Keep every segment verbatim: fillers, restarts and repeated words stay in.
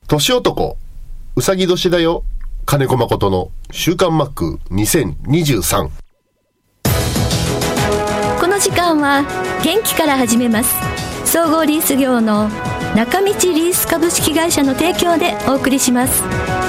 年男うさぎ年だよ金子誠の週刊マックにせんにじゅうさん。 この時間は元気から始めます。総合リース業の中道リース株式会社の提供でお送りします。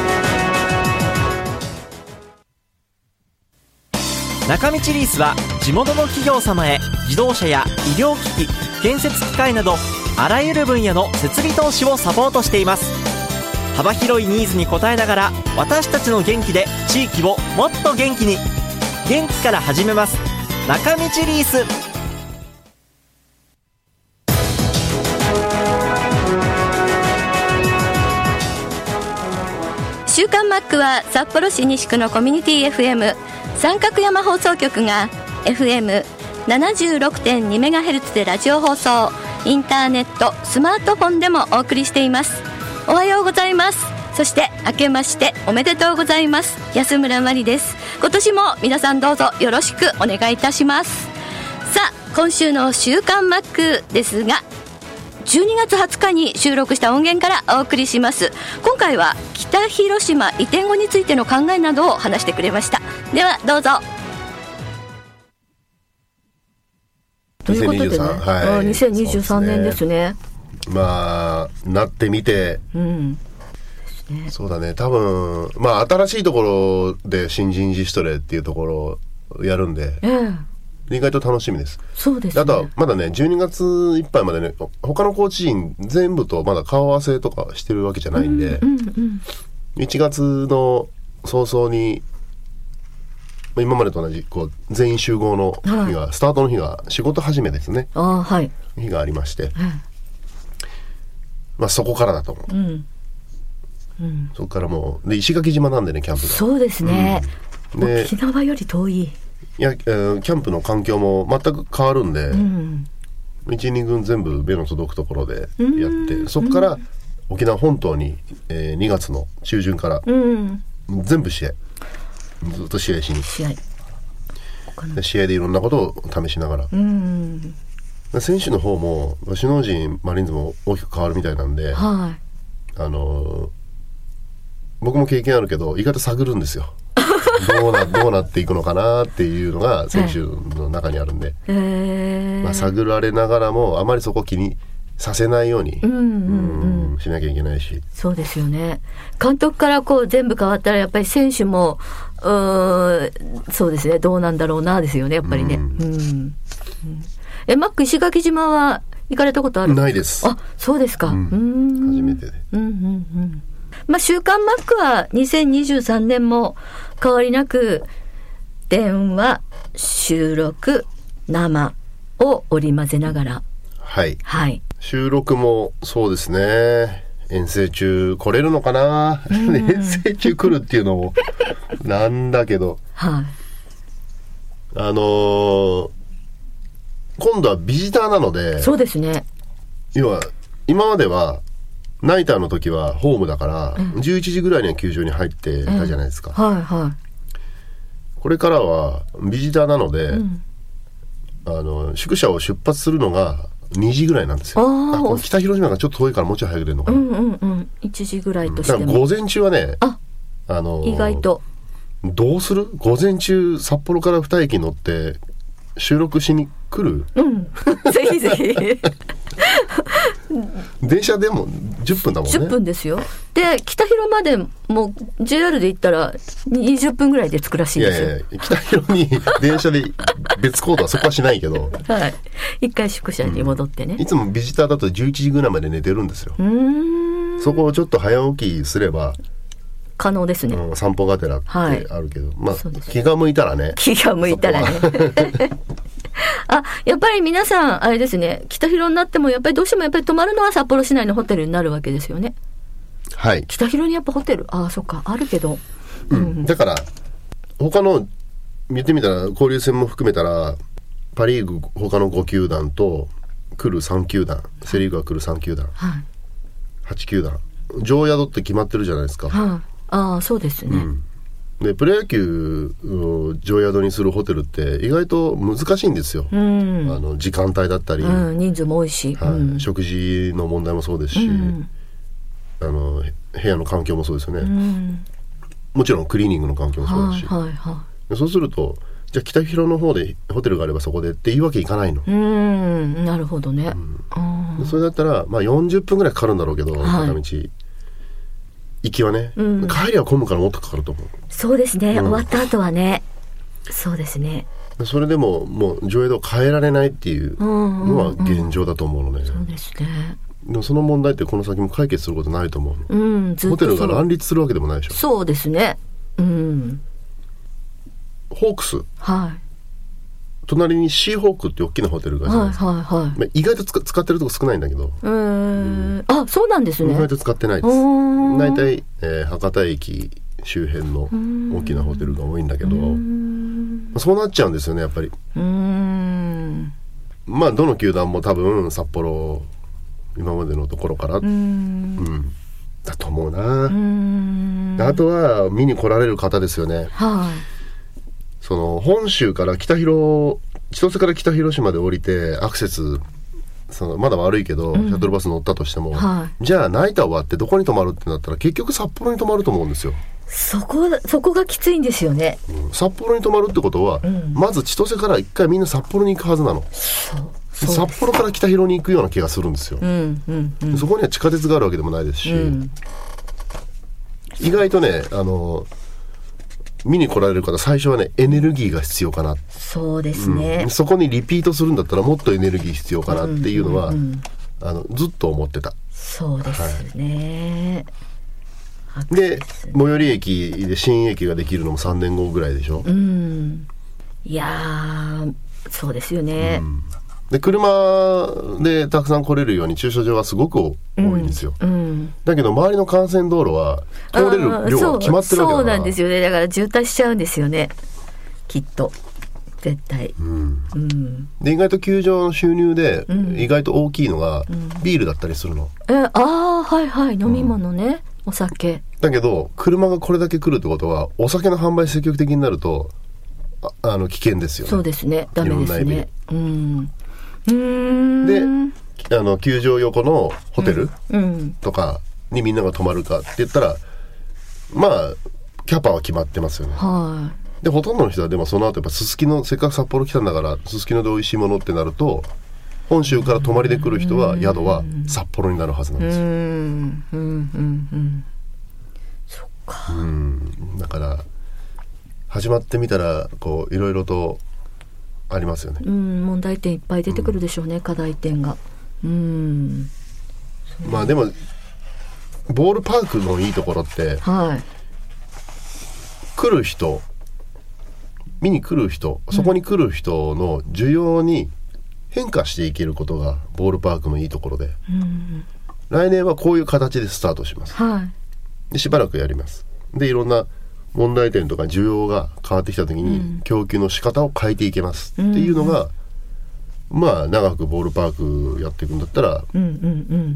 中道リースは地元の企業様へ自動車や医療機器、建設機械などあらゆる分野の設備投資をサポートしています。幅広いニーズに応えながら私たちの元気で地域をもっと元気に。元気から始めます。中道リース。 週刊マックは札幌市西区のコミュニティ エフエム 三角山放送局が エフエムななじゅうろくてんにメガヘルツ でラジオ放送、インターネット、スマートフォンでもお送りしています。おはようございます。そして明けましておめでとうございます。安村麻里です。今年も皆さんどうぞよろしくお願いいたします。さあ、今週の週刊マックですが、じゅうにがつはつかに収録した音源からお送りします。今回は北広島移転後についての考えなどを話してくれました。ではどうぞ。ということでね、はい、にせんにじゅうさんねんですね。 まあなってみて、うんですね、そうだね、多分まあ新しいところで新人自主トレっていうところをやるんで、えー、意外と楽しみです。 そうですね。 あとはまだねじゅうにがついっぱいまでね他のコーチ陣全部とまだ顔合わせとかしてるわけじゃないんで、うんうんうん、いちがつの早々に今までと同じこう全員集合の日が、はい、スタートの日が仕事始めですね、あ、はい、日がありまして、うん、まあそこからだと思う、うんうん、そこからもうで石垣島なんでねキャンプが。そうですね、うん、で沖縄より遠い。いや、えー、キャンプの環境も全く変わるんで、うん、いち、に軍全部目の届くところでやって、そこから沖縄本島に、えー、にがつの中旬から、うん、全部試合ずっと試合しに試合で試合でいろんなことを試しながら、うん、選手の方も首脳陣マリーンズも大きく変わるみたいなんで、はい、あの僕も経験あるけど意外と探るんですよどうな、どうなっていくのかなっていうのが選手の中にあるんで、えーまあ、探られながらもあまりそこ気にさせないように、うんうんうん、しなきゃいけないし。そうですよね。監督からこう全部変わったらやっぱり選手もうーそうですね、どうなんだろうなですよねやっぱりね、うんうんうん、えマック石垣島は行かれたことある？ないです。あ、そうですか、うん、うん初めてで、うんうんうんまあ、週刊マックはにせんにじゅうさんねんも変わりなく電話、収録、生を織り交ぜながら、はい、はい、収録もそうですね、遠征中来れるのかな、うん、遠征中来るっていうのもなんだけど、はい、あのー、今度はビジターなので、そうですね、要は今まではナイターの時はホームだから、うん、じゅういちじぐらいには球場に入ってたじゃないですか、うんはいはい、これからはビジターなので、うん、あの宿舎を出発するのがにじぐらいなんですよ。ああ、この北広島がちょっと遠いからもうちょい早く出るのかな、うんうんうん、いちじぐらいとしても、だから午前中はね、あ、あのー、意外とどうする？午前中札幌からに駅乗って収録しに来る？うんぜひぜひ電車でもじゅっぷんだもんね。じゅっぷんですよ。で北広までも ジェイアール で行ったらにじゅっぷんぐらいで着くらしいんですよ。いやいや北広に電車で別行動はそこはしないけどはい、一回宿舎に戻ってね、うん、いつもビジターだとじゅういちじぐらいまで寝てるんですよ。うーん、そこをちょっと早起きすれば可能ですね、うん、散歩がてらってあるけど、はい、まあ気が向いたらね気が向いたらねあ、やっぱり皆さんあれですね、北広になってもやっぱりどうしてもやっぱり泊まるのは札幌市内のホテルになるわけですよね。はい、北広にやっぱホテル、ああそっかあるけど、うんうん、だから他の見てみたら交流戦も含めたらパリーグ他のご球団と来るさん球団、セリーグが来るさん球団、はい、はち球団、常宿って決まってるじゃないですか、はい、ああそうですね、うん、でプロ野球を常宿にするホテルって意外と難しいんですよ、うん、あの時間帯だったり、うん、人数も多いし、はい、うん、食事の問題もそうですし、うん、あの部屋の環境もそうですよね、 うん、 もちろんクリーニングの環境もそうだし、 はいはいはい、 そうするとじゃあ北広の方でホテルがあればそこでっていうわけいかないの。 うーん、なるほどね、 うん、それだったら、まあ、よんじゅっぷんぐらいかかるんだろうけど、はい、片道行きはね、うん、帰りは混むからもっとかかると思う。 そうですね、うん、終わった後はね、そうですね。 それでももう上映堂変えられないっていうのは現状だと思うのね、うんうんうん、 そうですね。 でもその問題ってこの先も解決することないと思うの、うん、ずっとホテルが乱立するわけでもないでしょ。 そうですね、うん、 ホークス、 はい、 隣にシーホークって大きなホテルがあるじゃないですか、はいはいはい、まあ、意外と使ってるとこ少ないんだけど、 うーん、うん、あ、そうなんですね。 意外と使ってないです。大体、えー、博多駅周辺の大きなホテルが多いんだけど、うそうなっちゃうんですよね、やっぱり。うーん、まあどの球団も多分札幌今までのところから、うん、うん、だと思うな。うーん、あとは見に来られる方ですよね、はい、その本州から北広千歳から北広島で降りてアクセスそのまだ悪いけど、うん、シャトルバス乗ったとしても、はい、じゃあナイター終わってどこに泊まるってなったら結局札幌に泊まると思うんですよ。 そこ、そこがきついんですよね、 うん、札幌に泊まるってことは、うん、まず千歳から一回みんな札幌に行くはずなの。そうそう札幌から北広に行くような気がするんですよ、うんうんうん、そこには地下鉄があるわけでもないですし、うん、意外とねあの見に来られる方最初はねエネルギーが必要かな。 そうですね、 うん、そこにリピートするんだったらもっとエネルギー必要かなっていうのは、うんうんうん、あのずっと思ってた。 そうですね、 はい、で最寄り駅で新駅ができるのもさんねんごぐらいでしょ、うん、 いやそうですよね、うん、 で車でたくさん来れるように駐車場はすごく多いんですよ、うんうん、だけど周りの幹線道路は通れる量が決まってるわけだから。 そうなんですよね。だから渋滞しちゃうんですよねきっと絶対、うんうん、 で意外と球場の収入で、うん、意外と大きいのが、うん、ビールだったりするの。 えああはいはい飲み物ね、うん、お酒だけど車がこれだけ来るってことはお酒の販売積極的になると あ, あの危険ですよね。 そうですねダメですね。うん、うーんであの球場横のホテルとかにみんなが泊まるかって言ったら、まあキャパは決まってますよね、はい、でほとんどの人はでもその後やっぱすすきのせっかく札幌来たんだからすすきので美味しいものってなると本州から泊まりで来る人は宿は札幌になるはずなんですよ。うんうんうんうんそっか。うんだから始まってみたらこういろいろとありますよね。 うん問題点いっぱい出てくるでしょうね、うん、課題点が。うんまあでもボールパークのいいところって、はい、来る人見に来る人そこに来る人の需要に変化していけることがボールパークのいいところで、うん、来年はこういう形でスタートします、はい、でしばらくやります。でいろんな問題点とか需要が変わってきた時に供給の仕方を変えていけますっていうのが、うん、まあ長くボールパークやっていくんだったら、うんうんうん、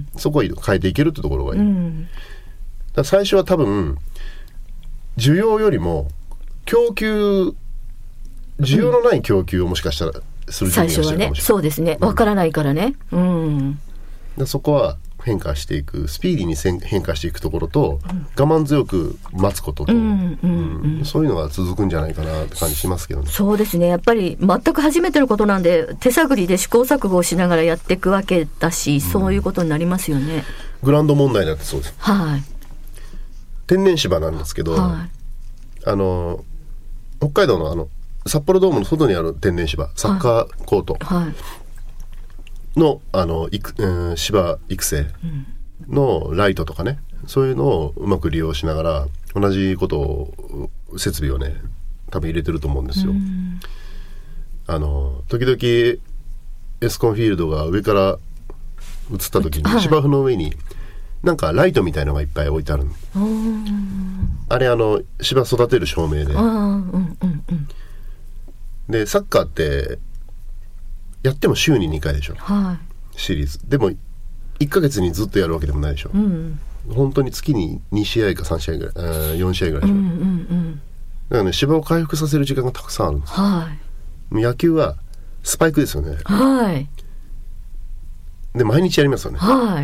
そこを変えていけるってところがいい、うん、だから最初は多分需要よりも供給需要のない供給をもしかしたらする準備が必要かもしれない。最初はねそうですね分からないからね、うん、 でそこは変化していくスピーディーに変化していくところと、うん、我慢強く待つことと、うんうんうん、そういうのが続くんじゃないかなって感じしますけどね。 そうですねやっぱり全く初めてのことなんで手探りで試行錯誤をしながらやっていくわけだし、うん、そういうことになりますよね。 グラウンド問題だってそうです、はい、天然芝なんですけど、はい、あの北海道のあの札幌ドームの外にある天然芝サッカーコート、はいはいの, あの、いく、えー、芝育成のライトとかね、そういうのをうまく利用しながら同じことを設備をね多分入れてると思うんですよ。あの時々エスコンフィールドが上から映った時に芝生の上になんかライトみたいのがいっぱい置いてあるの。あれあの芝育てる照明で、うんうんうん、でサッカーってやっても週ににかいでしょ、はい、シリーズでもいっかげつにずっとやるわけでもないでしょ、うん、本当に月にに試合かさん試合ぐらいよん試合ぐらいでしょ、うんうんうん、だからね芝を回復させる時間がたくさんあるんです、はい、野球はスパイクですよね、はい、で毎日やりますよね、はい、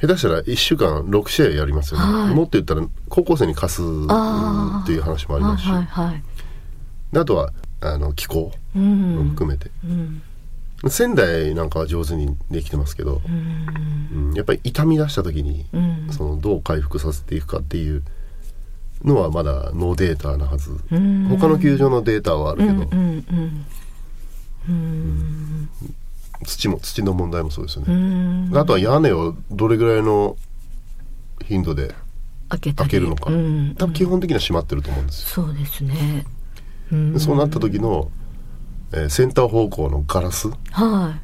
下手したらいっしゅうかんろくしあいやりますよね、はい、もっと言ったら高校生に貸すっていう話もありますし、はいはいはい、であとはあの気候も含めて、うんうん、仙台なんかは上手にできてますけど、うんうん、やっぱり痛み出した時に、うん、そのどう回復させていくかっていうのはまだノーデータなはず、うん、他の球場のデータはあるけど、うんうんうんうん、土も土の問題もそうですよね。あとは屋根をどれぐらいの頻度で開け開けるのか、うん、多分基本的には閉まってると思うんですよ。 そうですね。うん、そうなった時の、えー、センター方向のガラス、はい、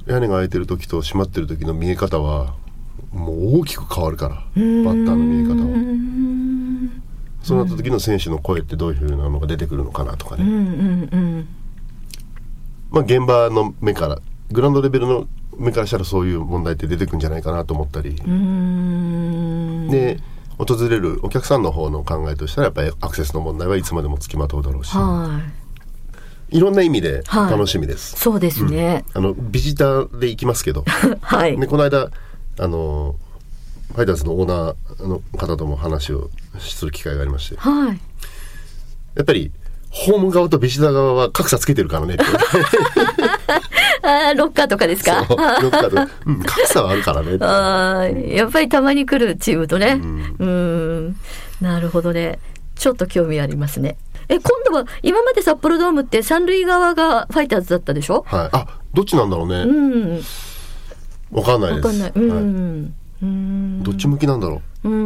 うん、屋根が開いてる時と閉まってる時の見え方はもう大きく変わるから、バッターの見え方は。そうなった時の選手の声ってどういう風なのが出てくるのかなとかね、うんうんうん、まあ、現場の目からグラウンドレベルの目からしたらそういう問題って出てくるんじゃないかなと思ったり、うーん、で訪れるお客さんの方の考えとしたらやっぱりアクセスの問題はいつまでもつきまとうだろうし、はい、いろんな意味で楽しみです、 はい、そうですね、 うん、あのビジターで行きますけど、はい、でこの間あのファイターズのオーナーの方とも話をする機会がありまして、はい、やっぱりホーム側とビジター側は格差つけてるからねってあ、ロッカーとかですか。 そうロッカーと、うん、格差はあるからねって。 あ、やっぱりたまに来るチームとね、うん、うーん、なるほどね、ちょっと興味ありますね。え、今度は今まで札幌ドームって三塁側がファイターズだったでしょ。 はい、あ、どっちなんだろうね、うん、分かんないです。分かんない、うん、はい、うん、どっち向きなんだろう、うん、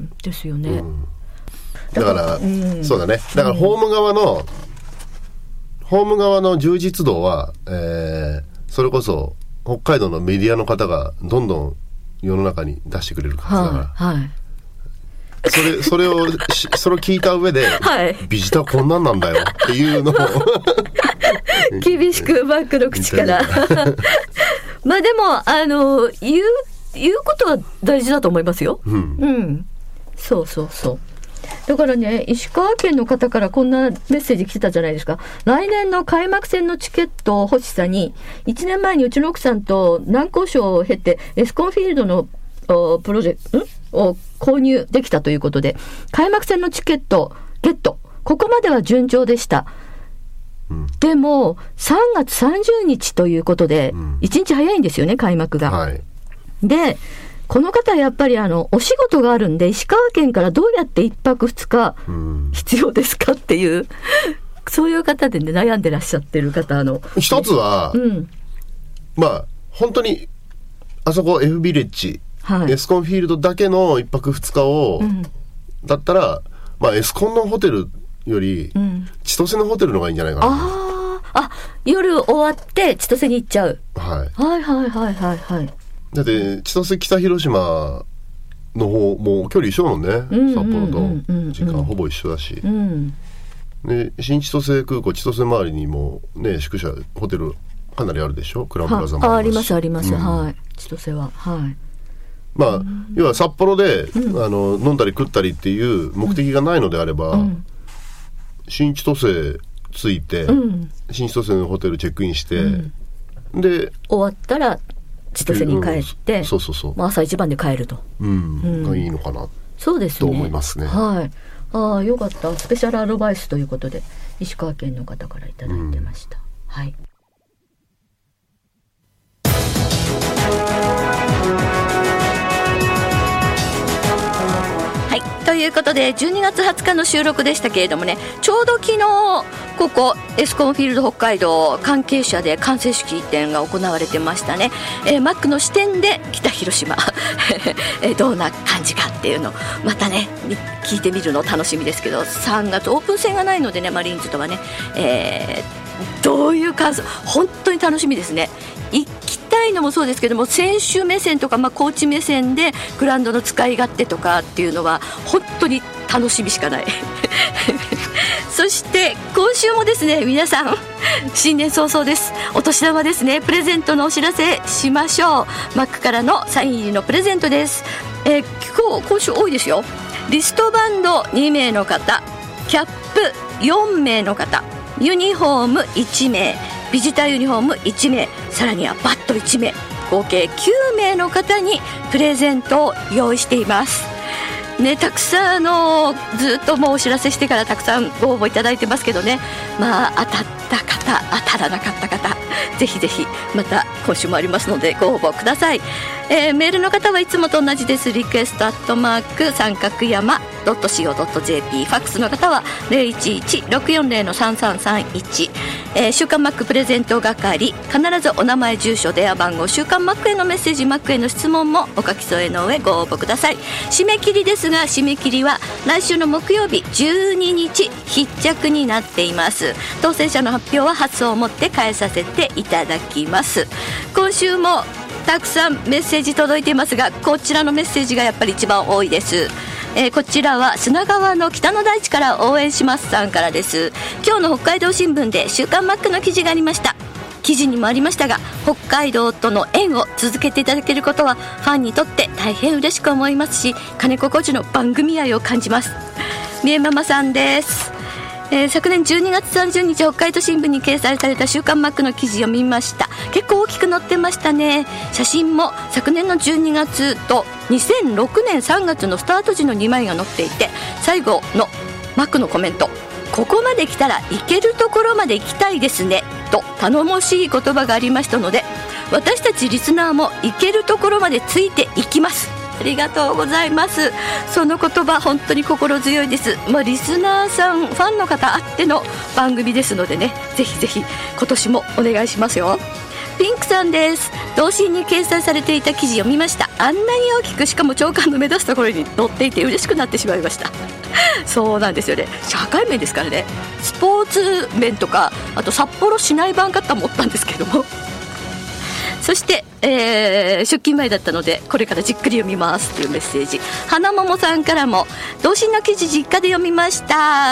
ですよね、うん、 だから、うん、そうだね、だからホーム側の、うん、ホーム側の充実度は、えー、それこそ北海道のメディアの方がどんどん世の中に出してくれるはずだから、はいはい、それ、それをそれを聞いた上で、はい、ビジターこんなんなんだよっていうのを厳しくバックの口からまあでもあの言う言うことは大事だと思いますよ、うん、うん、そうそうそう。だからね、石川県の方からこんなメッセージ来てたじゃないですか。来年の開幕戦のチケット欲しさにいちねんまえにうちの奥さんと難交渉を経てエスコンフィールドのプロジェクトを購入できたということで、開幕戦のチケットゲット、ここまでは順調でした、うん、でもさんがつさんじゅうにちということで、うん、いちにち早いんですよね、開幕が、はい、でこの方はやっぱりあのお仕事があるんで石川県からどうやっていっぱくふつか必要ですかっていう、うん、そういう方でね、悩んでらっしゃってる方の一つは、うん、まあ本当にあそこ F ビレッジ、はい、エスコンフィールドだけのいっぱくふつかを、うん、だったら、まあ、エスコンのホテルより、うん、千歳のホテルの方がいいんじゃないかな。 ああ、夜終わって千歳に行っちゃう、はい、はいはいはいはいはい。 だって千歳北広島の方も距離一緒だもんね、うん、札幌と時間ほぼ一緒だし、うん、で新千歳空港千歳周りにもね宿舎ホテルかなりあるでしょ。クラウンプラザもありますあります、うん、はい、千歳は、はい、 まあ、うん、要は札幌で、うん、あの飲んだり食ったりっていう目的がないのであれば、うん、新千歳着いて、うん、新千歳のホテルチェックインして、うん、で終わったら千歳に帰って、うん、そうそうそう、まあ、朝一番で帰ると、 うんうん、がいいのかな、そうですね、と思いますね。 はい、ああよかった。スペシャルアドバイスということで石川県の方からいただいてました、うん、はい。 はい、ということでじゅうにがつはつかの収録でしたけれどもね、ちょうど昨日ここエスコンフィールド北海道関係者で完成式典が行われてましたね、えー、マックの視点で北広島えどんな感じかっていうのまたね聞いてみるの楽しみですけど、さんがつオープン戦がないのでね、マリーンズとはね、えー、どういう感想本当に楽しみですね。行きたいのもそうですけども、選手目線とか、まあ、コーチ目線でグラウンドの使い勝手とかっていうのは本当に楽しみしかないそして今週もですね、皆さん新年早々です。お年玉ですね、プレゼントのお知らせしましょう。マックからのサイン入りのプレゼントです、えー、今日今週多いですよ。リストバンドにめいの方、キャップよんめいの方、ユニフォームいちめい、ビジターユニフォームいちめい、さらにはバットいちめい、 合計きゅうめいの方にプレゼントを用意していますね。たくさんあのずっともうお知らせしてからたくさんご応募いただいてますけどね、まあ当たった方当たらなかった方ぜひぜひまた今週もありますのでご応募ください。えー、メールの方はいつもと同じです。リクエストアットマーク三角山 ドットシーオー ドット ジェーピー ファックスの方は ゼロいちいち ろくよんゼロ さんさんさんいち、えー、週刊マックプレゼント係、必ずお名前住所電話番号、週刊マックへのメッセージ、マックへの質問もお書き添えの上ご応募ください。締め切りですが、締め切りは来週の木曜日じゅうににち必着になっています。当選者の発表は発送をもって返させていただきます。今週もたくさんメッセージ届いていますが、こちらのメッセージがやっぱり一番多いです。えー、こちらは砂川の北の大地から応援しますさんからです。今日の北海道新聞で週刊マックの記事がありました。記事にもありましたが、北海道との縁を続けていただけることはファンにとって大変嬉しく思いますし、金子浩二の番組愛を感じます。みえママさんです。えー、昨年じゅうにがつさんじゅうにち北海道新聞に掲載された週刊マックの記事を見ました。結構大きく載ってましたね。写真も昨年のじゅうにがつとにせんろくねんさんがつのスタート時のにまいが載っていて、最後のマックのコメント、ここまで来たら行けるところまで行きたいですねと頼もしい言葉がありましたので、私たちリスナーも行けるところまでついていきます。ありがとうございます。その言葉本当に心強いです。まあ、リスナーさんファンの方あっての番組ですのでね、ぜひぜひ今年もお願いしますよ。ピンクさんです。同心に掲載されていた記事を見ました。あんなに大きく、しかも長官の目指すところに載っていて嬉しくなってしまいました。そうなんですよね。社会面ですからね。スポーツ面とか、あと札幌市内版かと思ったんですけどもそして、えー、出勤前だったのでこれからじっくり読みますというメッセージ。花桃さんからも、同心の記事実家で読みました。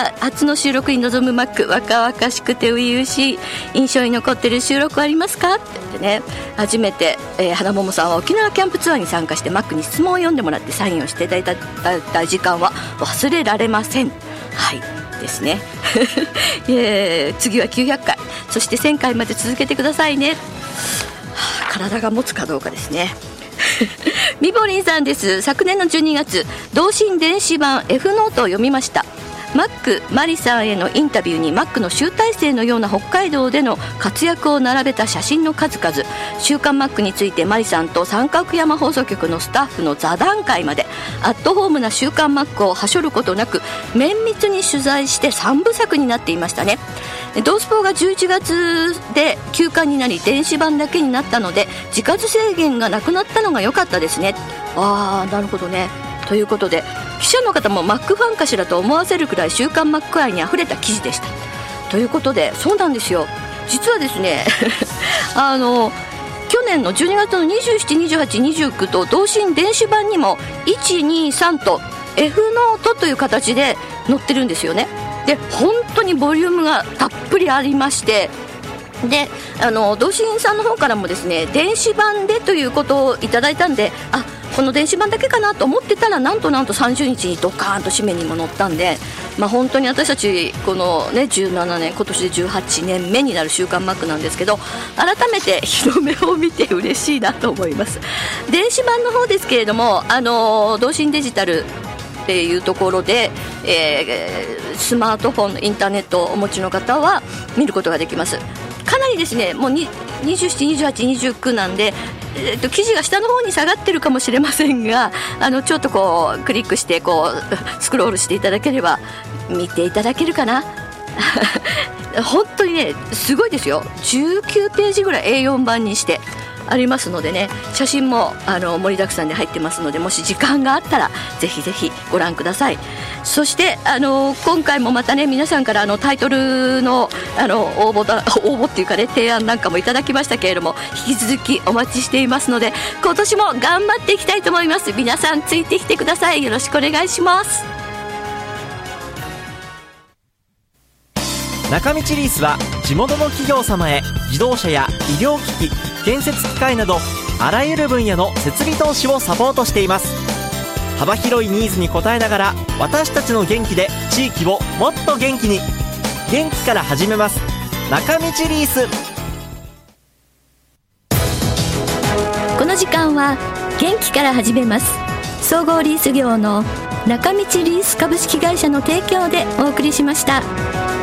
初の収録に臨むマック、若々しくて初々しい。印象に残ってる収録ありますかって言ってね、初めて、えー、花桃さんは沖縄キャンプツアーに参加してマックに質問を読んでもらってサインをしていただいた時間は忘れられません。はいですねえー、次はきゅうひゃっかい、そしてせんかいまで続けてくださいね。体が持つかどうかですねみぼりんさんです。昨年のじゅうにがつ、同心電子版 F ノートを読みました。マックマリさんへのインタビューにマックの集大成のような北海道での活躍を並べた写真の数々。週刊マックについてマリさんと三角山放送局のスタッフの座談会まで、アットホームな週刊マックをはしょることなく綿密に取材してさんぶさくになっていましたね。同スポがじゅういちがつで休刊になり電子版だけになったので、時数制限がなくなったのが良かったですね。あー、なるほどね。ということで、記者の方もマックファンかしらと思わせるくらい週刊マック愛にあふれた記事でした。ということで、そうなんですよ。実はですねあの去年のじゅうにがつのにじゅうしち、にじゅうはち、にじゅうくと同心電子版にもいち、に、さんと F ノートという形で載ってるんですよね。で、本当にボリュームがたっぷりありまして、で、あの同心さんの方からもですね、電子版でということをいただいたんで、あ、この電子版だけかなと思ってたら、なんとなんとさんじゅうにちにドカーンと紙面にも載ったんで、まあ、本当に私たちこの、ね、じゅうななねん、今年でじゅうはちねんめになる週刊マックなんですけど、改めて日の目を見て嬉しいなと思います。電子版の方ですけれども、あの同心デジタルっていうところで、えー、スマートフォン、インターネットをお持ちの方は見ることができます。かなりですね、もうにじゅうしち、にじゅうはち、にじゅうくなんで、えー、と記事が下の方に下がってるかもしれませんが、あのちょっとこうクリックしてこうスクロールしていただければ見ていただけるかな本当にね、すごいですよ。じゅうきゅうページぐらい エーよん 版にしてありますのでね、写真もあの盛りだくさんで入ってますので、もし時間があったらぜひぜひご覧ください。そしてあの今回もまたね、皆さんからあのタイトルのあの応募だ応募っていうかね、提案なんかもいただきましたけれども、引き続きお待ちしていますので、今年も頑張っていきたいと思います。皆さんついてきてください。よろしくお願いします。 中道リースは地元の企業様へ自動車や医療機器、建設機械などあらゆる分野の設備投資をサポートしています。幅広いニーズに応えながら、私たちの元気で地域をもっと元気に。元気から始めます。中道リース。 の時間は元気から始めます。総合リース業の中道リース株式会社の提供でお送りしました。